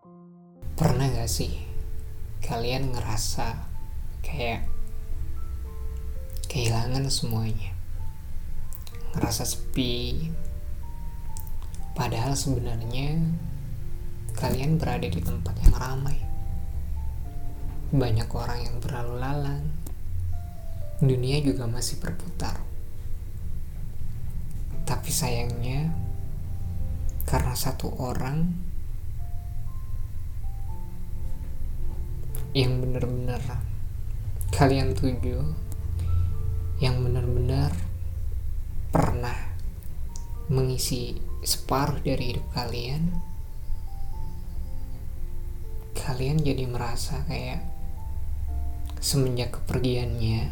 Pernah gak sih kalian ngerasa kayak kehilangan semuanya, ngerasa sepi, padahal sebenarnya kalian berada di tempat yang ramai, banyak orang yang berlalu lalang, dunia juga masih berputar. Tapi sayangnya, karena satu orang yang benar-benar kalian tuju, yang benar-benar pernah mengisi separuh dari hidup kalian jadi merasa kayak semenjak kepergiannya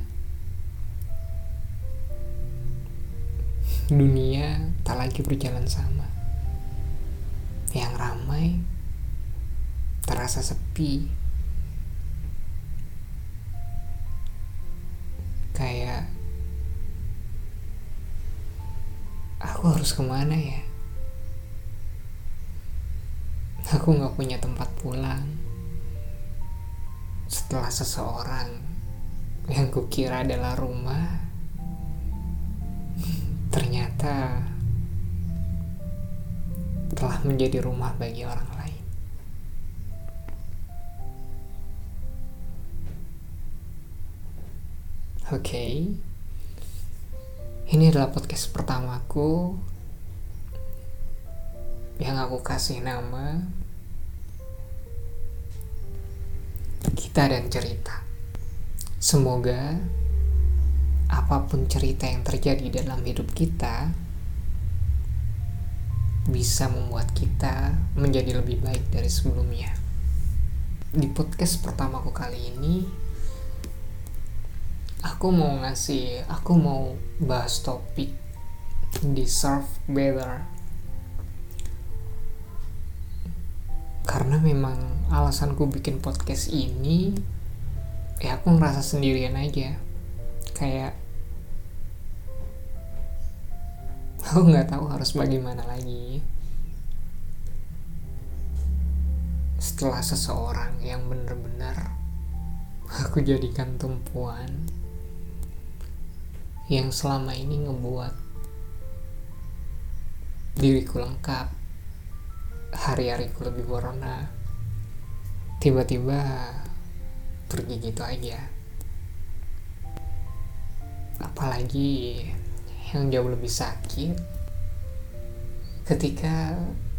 dunia tak lagi berjalan sama. Yang ramai terasa sepi, kayak aku harus kemana ya? Aku gak punya tempat pulang setelah seseorang yang kukira adalah rumah ternyata telah menjadi rumah bagi orang lain. Oke, ini adalah podcast pertamaku yang aku kasih nama Kita dan Cerita. Semoga apapun cerita yang terjadi dalam hidup kita bisa membuat kita menjadi lebih baik dari sebelumnya. Di podcast pertamaku kali ini, aku mau bahas topik deserve better. Karena memang alasanku bikin podcast ini, ya aku ngerasa sendirian aja. Kayak aku nggak tahu harus bagaimana lagi setelah seseorang yang benar-benar aku jadikan tumpuan, yang selama ini ngebuat diriku lengkap, hari-hariku lebih berwarna, tiba-tiba pergi gitu aja. Apalagi yang jauh lebih sakit ketika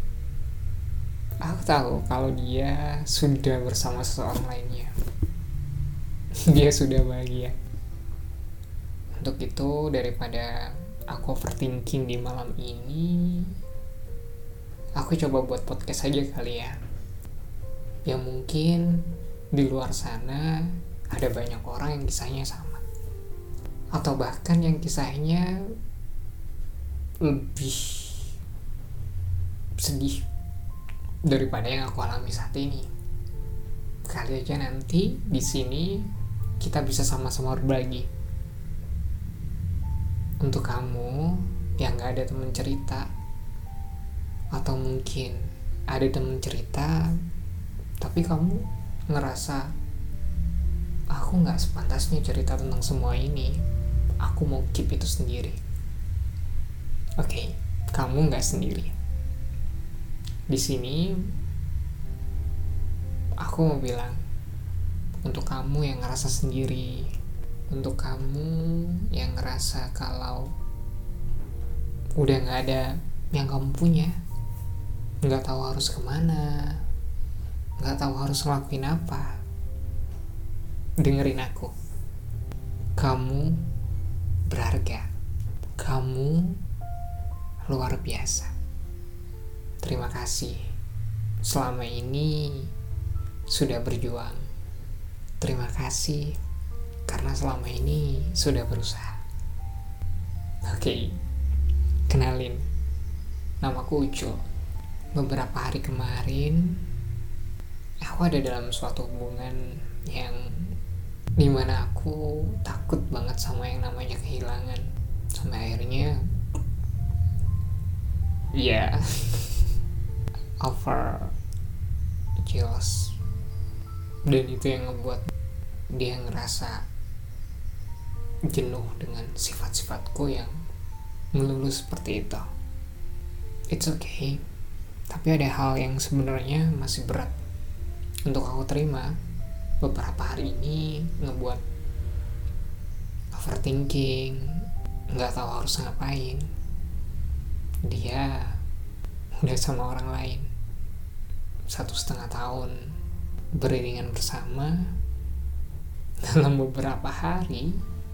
aku tahu kalau dia sudah bersama seseorang lainnya, dia sudah bahagia. Untuk itu, daripada aku overthinking di malam ini, aku coba buat podcast aja kali ya. Yang mungkin di luar sana ada banyak orang yang kisahnya sama, atau bahkan yang kisahnya lebih sedih daripada yang aku alami saat ini. Kali aja nanti di sini kita bisa sama-sama berbagi. Untuk kamu yang gak ada teman cerita, atau mungkin ada teman cerita tapi kamu ngerasa aku gak sepantasnya cerita tentang semua ini, aku mau keep itu sendiri. Oke, kamu gak sendiri. Di sini aku mau bilang, untuk kamu yang ngerasa sendiri, untuk kamu yang ngerasa kalau udah gak ada yang kamu punya, gak tahu harus kemana, gak tahu harus ngelakuin apa, dengerin aku. Kamu berharga, kamu luar biasa. Terima kasih selama ini sudah berjuang. Terima kasih karena selama ini sudah berusaha. Oke, kenalin, namaku Ucul. Beberapa hari kemarin aku ada dalam suatu hubungan yang dimana aku takut banget sama yang namanya kehilangan. Sampai akhirnya over jealous, dan itu yang ngebuat dia ngerasa jenuh dengan sifat-sifatku yang melulu seperti itu. It's okay, tapi ada hal yang sebenarnya masih berat untuk aku terima. Beberapa hari ini ngebuat overthinking, nggak tahu harus ngapain. Dia udah sama orang lain 1,5 tahun beriringan bersama. Dalam beberapa hari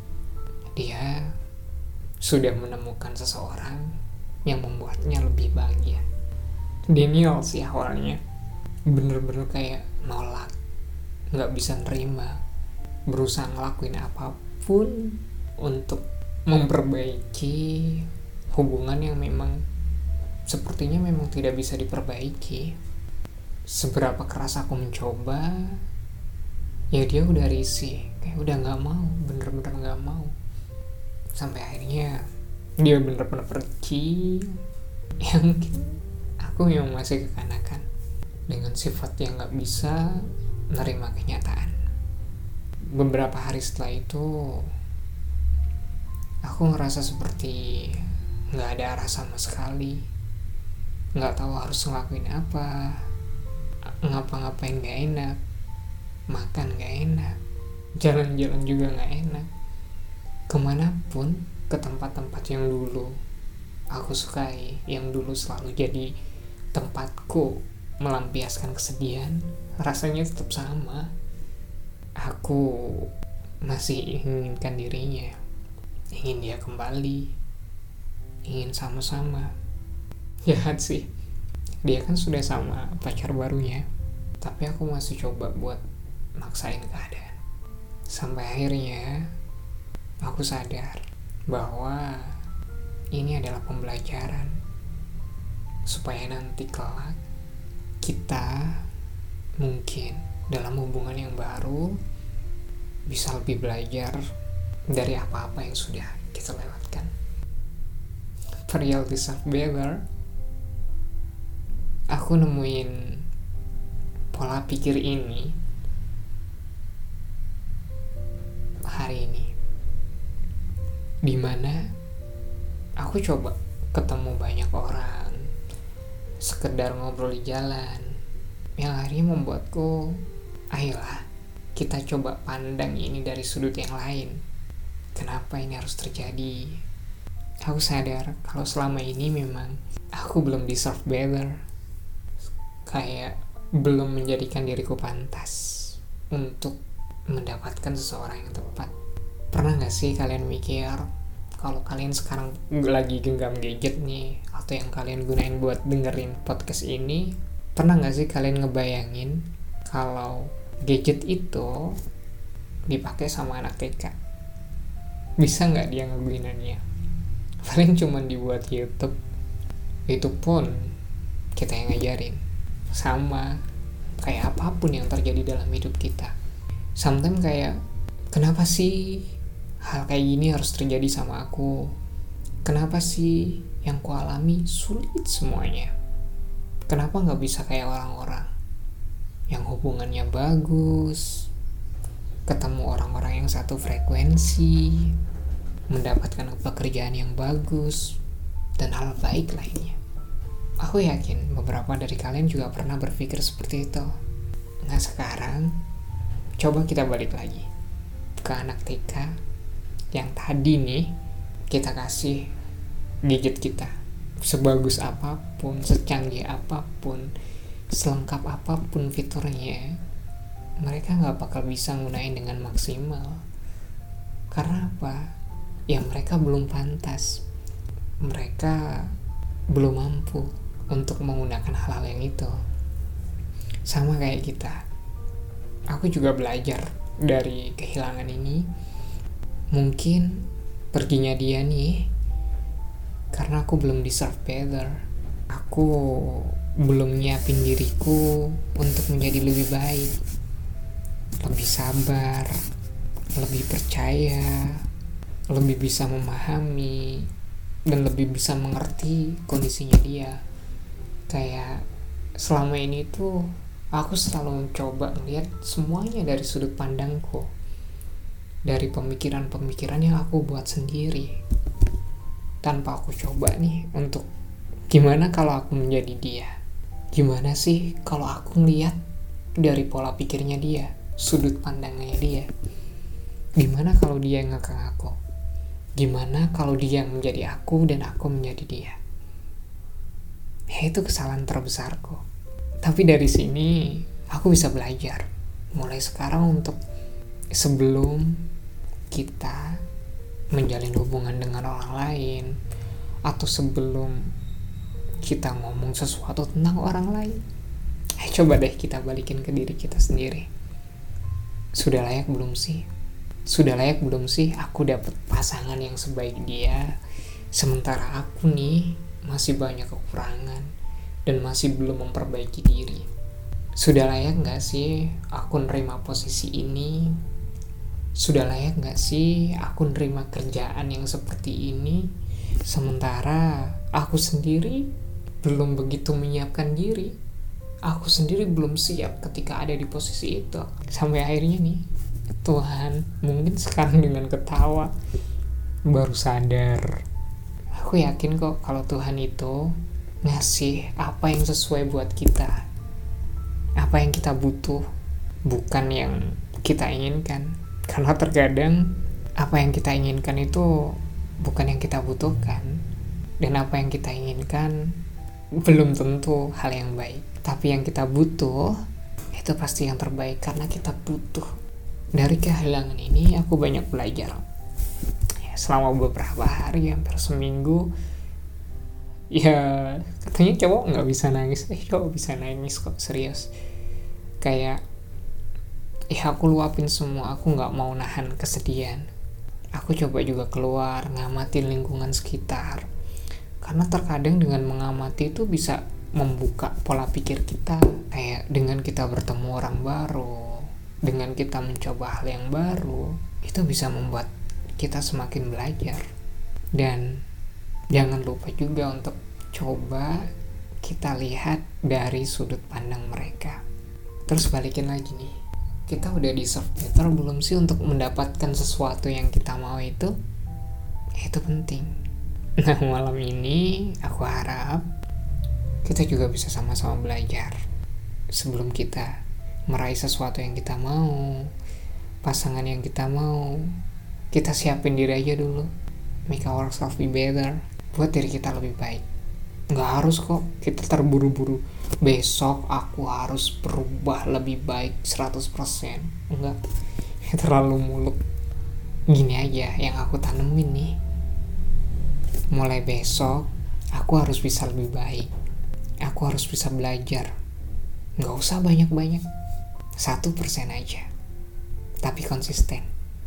dia sudah menemukan seseorang yang membuatnya lebih bahagia. Daniel sih awalnya bener-bener kayak nolak, nggak bisa nerima, berusaha ngelakuin apapun untuk memperbaiki hubungan yang memang sepertinya memang tidak bisa diperbaiki. Seberapa keras aku mencoba, ya dia udah risih, kayak udah nggak mau, bener-bener nggak mau. Sampai akhirnya dia bener-bener pergi. Yang aku memang masih kekanakan dengan sifat yang nggak bisa menerima kenyataan. Beberapa hari setelah itu aku ngerasa seperti nggak ada arah sama sekali, nggak tahu harus ngelakuin apa, ngapa-ngapain nggak enak, makan nggak enak, jalan-jalan juga nggak enak. Kemanapun, ke tempat-tempat yang dulu aku sukai, yang dulu selalu jadi tempatku melampiaskan kesedihan, rasanya tetap sama. Aku masih inginkan dirinya, ingin dia kembali, ingin sama-sama. Jahat sih, dia kan sudah sama pacar barunya, tapi aku masih coba buat maksain keadaan. Sampai akhirnya aku sadar bahwa ini adalah pembelajaran supaya nanti kelak kita mungkin dalam hubungan yang baru bisa lebih belajar dari apa-apa yang sudah kita lewatkan. For real deserve better. Aku nemuin pola pikir ini hari ini, dimana aku coba ketemu banyak orang, sekedar ngobrol di jalan, yang akhirnya membuatku, ayolah kita coba pandang ini dari sudut yang lain. Kenapa ini harus terjadi? Aku sadar kalau selama ini memang aku belum deserve better, kayak belum menjadikan diriku pantas untuk mendapatkan seseorang yang tepat. Pernah gak sih kalian mikir, kalau kalian sekarang lagi genggam gadget nih, atau yang kalian gunain buat dengerin podcast ini, pernah gak sih kalian ngebayangin kalau gadget itu dipakai sama anak TK? Bisa gak dia ngegunainnya? Paling cuman dibuat YouTube, itu pun kita yang ngajarin. Sama kayak apapun yang terjadi dalam hidup kita, sometimes kayak, kenapa sih hal kayak gini harus terjadi sama aku? Kenapa sih yang ku alami sulit semuanya? Kenapa gak bisa kayak orang-orang yang hubungannya bagus, ketemu orang-orang yang satu frekuensi, mendapatkan pekerjaan yang bagus, dan hal baik lainnya? Aku yakin beberapa dari kalian juga pernah berpikir seperti itu. Nah sekarang, coba kita balik lagi ke anak TK yang tadi nih kita kasih gadget kita. Sebagus apapun, secanggih apapun, selengkap apapun fiturnya, mereka gak bakal bisa gunain dengan maksimal. Karena apa? Ya mereka belum pantas, mereka belum mampu untuk menggunakan hal-hal yang itu. Sama kayak kita, aku juga belajar dari kehilangan ini. Mungkin perginya dia nih karena aku belum deserve better. Aku belum nyiapin diriku untuk menjadi lebih baik, lebih sabar, lebih percaya, lebih bisa memahami, dan lebih bisa mengerti kondisinya dia. Kayak selama ini tuh Aku selalu mencoba melihat semuanya dari sudut pandangku, dari pemikiran-pemikiran yang aku buat sendiri, tanpa aku coba nih untuk gimana kalau aku menjadi dia. Gimana sih kalau aku ngeliat dari pola pikirnya dia, sudut pandangnya dia. Gimana kalau dia yang ngekang aku? Gimana kalau dia yang menjadi aku dan aku menjadi dia? Ya, itu kesalahan terbesarku. Tapi dari sini aku bisa belajar mulai sekarang untuk sebelum kita menjalin hubungan dengan orang lain, atau sebelum kita ngomong sesuatu tentang orang lain, coba deh kita balikin ke diri kita sendiri. Sudah layak belum sih? Sudah layak belum sih aku dapat pasangan yang sebaik dia, sementara aku nih masih banyak kekurangan dan masih belum memperbaiki diri? Sudah layak gak sih aku nerima posisi ini? Sudah layak gak sih aku nerima kerjaan yang seperti ini, sementara aku sendiri belum begitu menyiapkan diri? Aku sendiri belum siap ketika ada di posisi itu. Sampai akhirnya nih, Tuhan mungkin sekarang dengan ketawa baru sadar. Aku yakin kok kalau Tuhan itu ngasih apa yang sesuai buat kita, apa yang kita butuh, bukan yang kita inginkan. Karena terkadang apa yang kita inginkan itu bukan yang kita butuhkan, dan apa yang kita inginkan belum tentu hal yang baik. Tapi yang kita butuh itu pasti yang terbaik karena kita butuh. Dari kehilangan ini aku banyak belajar. Selama beberapa hari, hampir seminggu, ya katanya cowok nggak bisa nangis. Cowok bisa nangis kok, serius. Kayak aku luapin semua, aku nggak mau nahan kesedihan. Aku coba juga keluar, ngamatin lingkungan sekitar. Karena terkadang dengan mengamati itu bisa membuka pola pikir kita. Kayak dengan kita bertemu orang baru, dengan kita mencoba hal yang baru, itu bisa membuat kita semakin belajar. Dan jangan lupa juga untuk coba kita lihat dari sudut pandang mereka. Terus balikin lagi nih, kita udah deserve better belum sih untuk mendapatkan sesuatu yang kita mau itu? Itu penting. Nah, malam ini aku harap kita juga bisa sama-sama belajar. Sebelum kita meraih sesuatu yang kita mau, pasangan yang kita mau, kita siapin diri aja dulu. Make ourselves be better, buat diri kita lebih baik. Nggak harus kok kita terburu-buru, besok aku harus berubah lebih baik 100%. Enggak, terlalu muluk. Gini aja yang aku tanemin nih, mulai besok aku harus bisa lebih baik. Aku harus bisa belajar. Nggak usah banyak-banyak, 1% aja, tapi konsisten.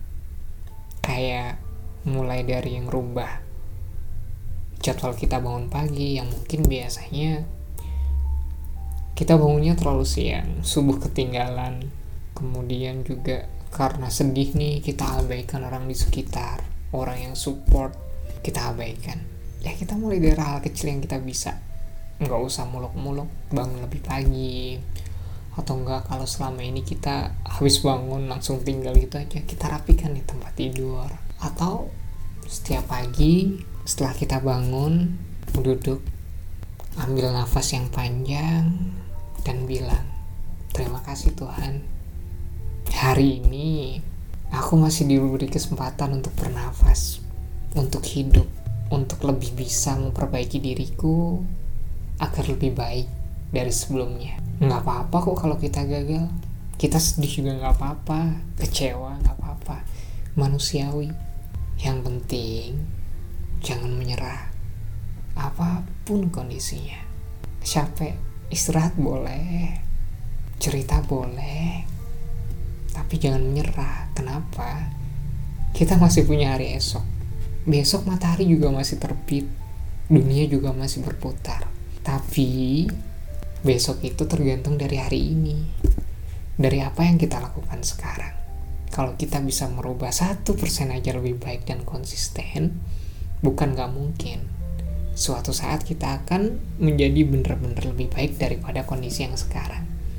Kayak mulai dari yang rubah jadwal kita bangun pagi, yang mungkin biasanya kita bangunnya terlalu siang, subuh ketinggalan. Kemudian juga karena sedih nih, kita abaikan orang di sekitar, orang yang support kita abaikan. Ya kita mulai dari hal kecil yang kita bisa. Nggak usah muluk-muluk bangun lebih pagi, atau enggak kalau selama ini kita habis bangun langsung tinggal gitu aja, kita rapikan di tempat tidur. Atau setiap pagi setelah kita bangun, duduk, ambil nafas yang panjang dan bilang, terima kasih Tuhan, hari ini aku masih diberi kesempatan untuk bernafas, untuk hidup, untuk lebih bisa memperbaiki diriku agar lebih baik dari sebelumnya. Nggak apa-apa kok kalau kita gagal, kita sedih juga nggak apa-apa, kecewa nggak apa-apa, manusiawi. Yang penting jangan menyerah apapun kondisinya. Capek, istirahat boleh, cerita boleh, tapi jangan menyerah. Kenapa? Kita masih punya hari esok. Besok matahari juga masih terbit, dunia juga masih berputar. Tapi besok itu tergantung dari hari ini, dari apa yang kita lakukan sekarang. Kalau kita bisa merubah 1% aja lebih baik dan konsisten, bukan gak mungkin suatu saat kita akan menjadi benar-benar lebih baik daripada kondisi yang sekarang.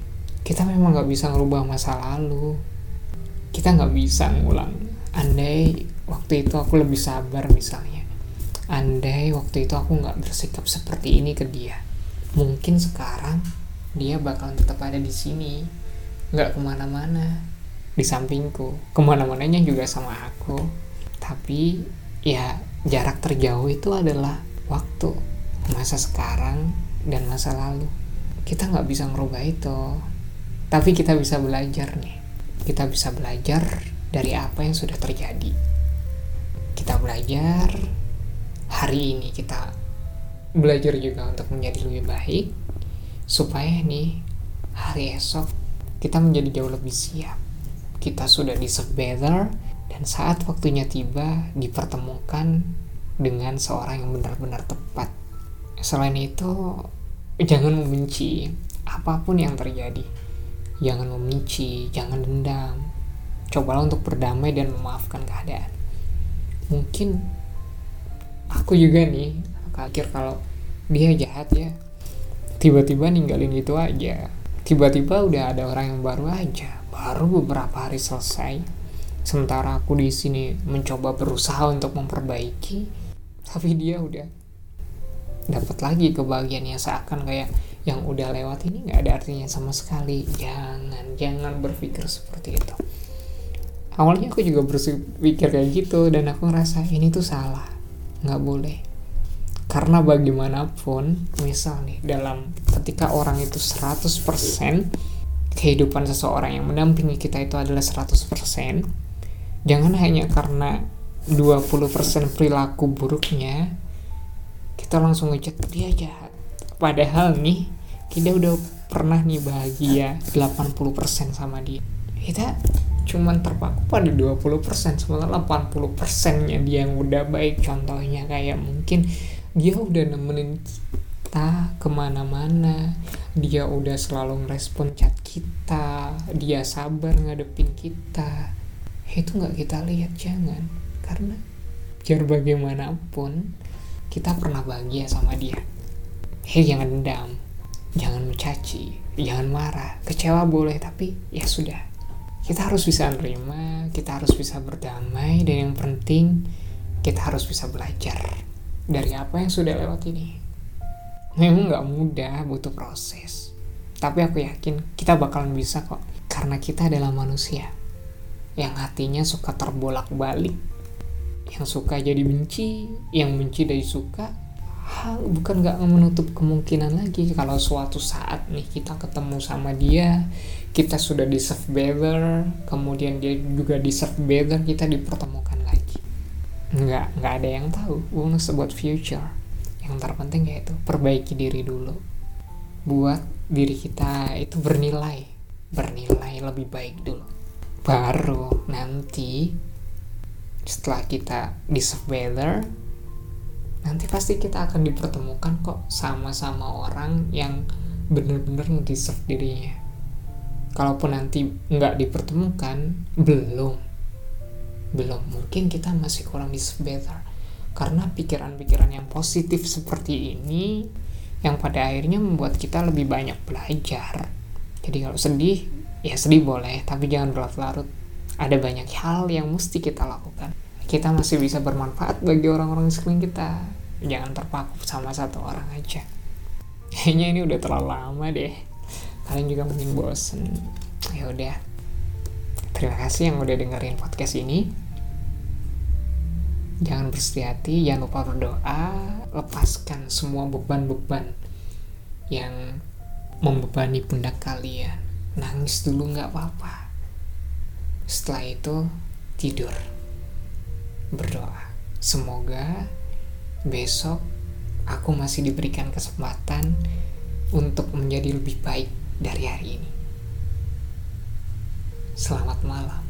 Kita memang gak bisa ngerubah masa lalu. Kita gak bisa ngulang. Andai waktu itu aku lebih sabar misalnya, andai waktu itu aku gak bersikap seperti ini ke dia, mungkin sekarang dia bakalan tetap ada di sini, gak kemana-mana, di sampingku, kemana-mananya juga sama aku. Tapi ya jarak terjauh itu adalah waktu, masa sekarang dan masa lalu. Kita gak bisa ngerubah itu, tapi kita bisa belajar nih. Kita bisa belajar dari apa yang sudah terjadi. Kita belajar hari ini, kita belajar juga untuk menjadi lebih baik, supaya nih hari esok kita menjadi jauh lebih siap. Kita sudah deserve better, dan saat waktunya tiba dipertemukan dengan seorang yang benar-benar tepat. Selain itu, jangan membenci apapun yang terjadi. Jangan membenci, jangan dendam. Cobalah untuk berdamai dan memaafkan keadaan. Mungkin aku juga nih akhir kalau dia jahat ya, tiba-tiba ninggalin gitu aja. Tiba-tiba udah ada orang yang baru aja, baru beberapa hari selesai. Sementara aku di sini mencoba berusaha untuk memperbaiki, tapi dia udah dapat lagi kebahagiaannya, seakan kayak yang udah lewat ini nggak ada artinya sama sekali. Jangan berpikir seperti itu. Awalnya aku juga berpikir kayak gitu, dan aku ngerasa ini tuh salah, nggak boleh. Karena bagaimanapun, misal nih, ketika orang itu 100%, kehidupan seseorang yang mendampingi kita itu adalah 100%, jangan hanya karena 20% perilaku buruknya kita langsung ngejat dia jahat. Padahal nih kita udah pernah nih bahagia 80% sama dia. Kita cuman terpaku pada 20%, sementara 80%-nya dia yang udah baik. Contohnya kayak mungkin dia udah nemenin kita kemana-mana, dia udah selalu ngerespon chat kita, dia sabar ngadepin kita. Itu gak kita lihat, jangan. Karena biar bagaimanapun kita pernah bahagia sama dia. Jangan dendam, jangan mencaci, jangan marah. Kecewa boleh, tapi ya sudah. Kita harus bisa menerima, kita harus bisa berdamai, dan yang penting kita harus bisa belajar dari apa yang sudah lewat ini. Memang gak mudah, butuh proses. Tapi aku yakin kita bakalan bisa kok. Karena kita adalah manusia yang hatinya suka terbolak-balik, yang suka jadi benci, yang benci dari suka. Bukan gak menutup kemungkinan lagi kalau suatu saat nih kita ketemu sama dia, kita sudah deserve better, kemudian dia juga deserve better, kita dipertemukan lagi. Nggak ada yang tahu, bukan sebuat future. Yang terpenting yaitu perbaiki diri dulu, buat diri kita itu bernilai lebih baik dulu. Baru nanti setelah kita deserve better, nanti pasti kita akan dipertemukan kok sama-sama orang yang benar-benar nge-deserve dirinya. Kalaupun nanti nggak dipertemukan, belum mungkin kita masih kurang deserve better. Karena pikiran-pikiran yang positif seperti ini yang pada akhirnya membuat kita lebih banyak belajar. Jadi kalau sedih, ya sedih boleh, tapi jangan berlarut-larut. Ada banyak hal yang mesti kita lakukan. Kita masih bisa bermanfaat bagi orang-orang di sekeliling kita. Jangan terpaku sama satu orang aja. Kayaknya ini udah terlalu lama deh. Kalian juga mungkin bosen. Ya udah. Terima kasih yang udah dengerin podcast ini. Jangan bersedih hati, jangan lupa berdoa, lepaskan semua beban-beban yang membebani pundak kalian. Nangis dulu nggak apa-apa. Setelah itu tidur, berdoa. Semoga besok aku masih diberikan kesempatan untuk menjadi lebih baik dari hari ini. Selamat malam.